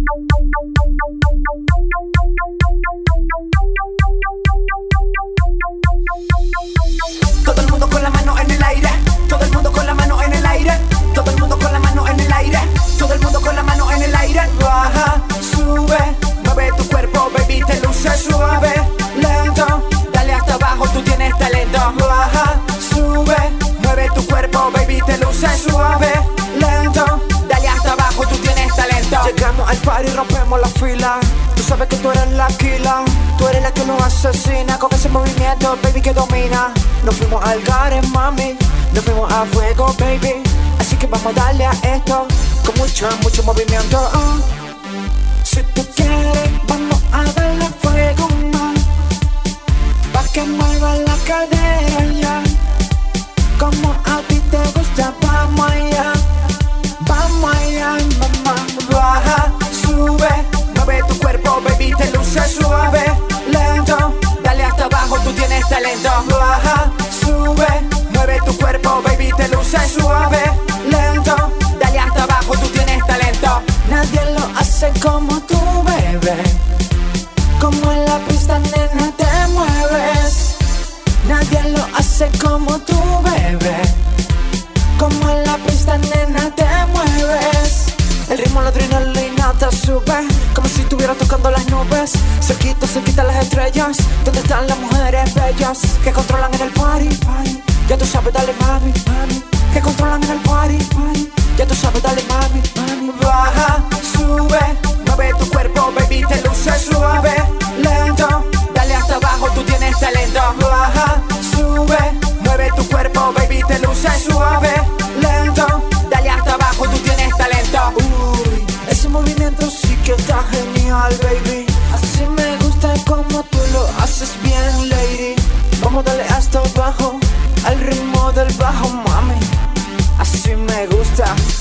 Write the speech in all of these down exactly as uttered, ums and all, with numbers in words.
Todo el mundo con la mano en el aire, todo el mundo con la mano en el aire, todo el mundo con la mano en el aire, todo el mundo con la mano en el aire. Baja, sube, mueve tu cuerpo, baby, te luces suave, lento, dale hasta abajo, tú tienes talento. Baja, sube, mueve tu cuerpo, baby, te luces suave, lento, dale hasta abajo, tú tienes talento. Llegamos al party y rompemos la fila. Tú sabes que tú eres la killer, tú eres la que nos asesina con ese movimiento, baby, que domina. Nos fuimos al garden, mami, nos fuimos a fuego, baby. Así que vamos a darle a esto con mucho, mucho movimiento. uh. Si tú quieres, vamos a darle fuego, ma, pa' que mueva la cadera, ya. Como a ti te gusta, vamos allá, vamos allá, mamá. Baja, sube, mueve tu cuerpo, baby, te luces suave, lento, dale hasta abajo, tú tienes talento. Baja, sube, mueve tu cuerpo, baby, te luces suave, lento, dale hasta abajo, tú tienes talento. Nadie lo hace como tú, bebé. Como en la pista, nena, te mueves. Nadie lo hace como tú, bebé. Como en la pista, nena, te mueves. El ritmo, la adrenalina te sube, como si estuviera tocando las nubes. Cerquita, cerquita las estrellas, donde están las mujeres bellas que controlan en el party, party. Ya tú sabes, dale mami, mami, que controlan en el party, party. Ya tú sabes, dale mami, mami. Baja, sube, mueve tu cuerpo, baby, te luces suave, lento, dale hasta abajo, tú tienes talento. Baja, sube, mueve tu cuerpo, baby, te luces suave, lento, dale hasta abajo, tú tienes talento. Uy, ese movimiento sí que está genial, baby. Así me gusta como tú lo haces bien, lady. Vamos a darle hasta abajo, al ritmo del bajo, mami. Así me gusta.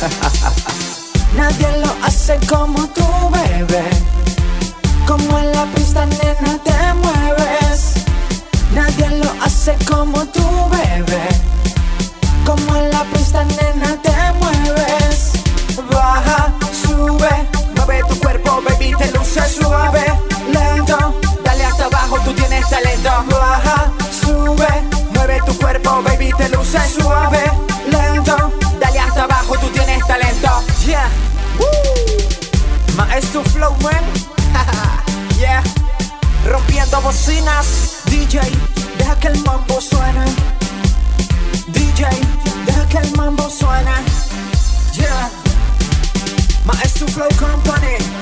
Nadie lo hace como tú, bebé. Como en la pista, nena, te mueves. Nadie lo hace como tú, bebé. Como en la pista, nena, te mueves. Baja, sube, mueve tu cuerpo, baby, te luces suave, lento, dale hasta abajo, tú tienes talento. Baja, sube, mueve tu cuerpo, baby, te luces suave, lento, dale hasta abajo, tú tienes talento. Yeah, woo. Maestro Flow, man. Yeah, Rompiendo bocinas. D J, deja que el mambo suene. D J, deja que el mambo suene. Yeah, Maestro Flow Company.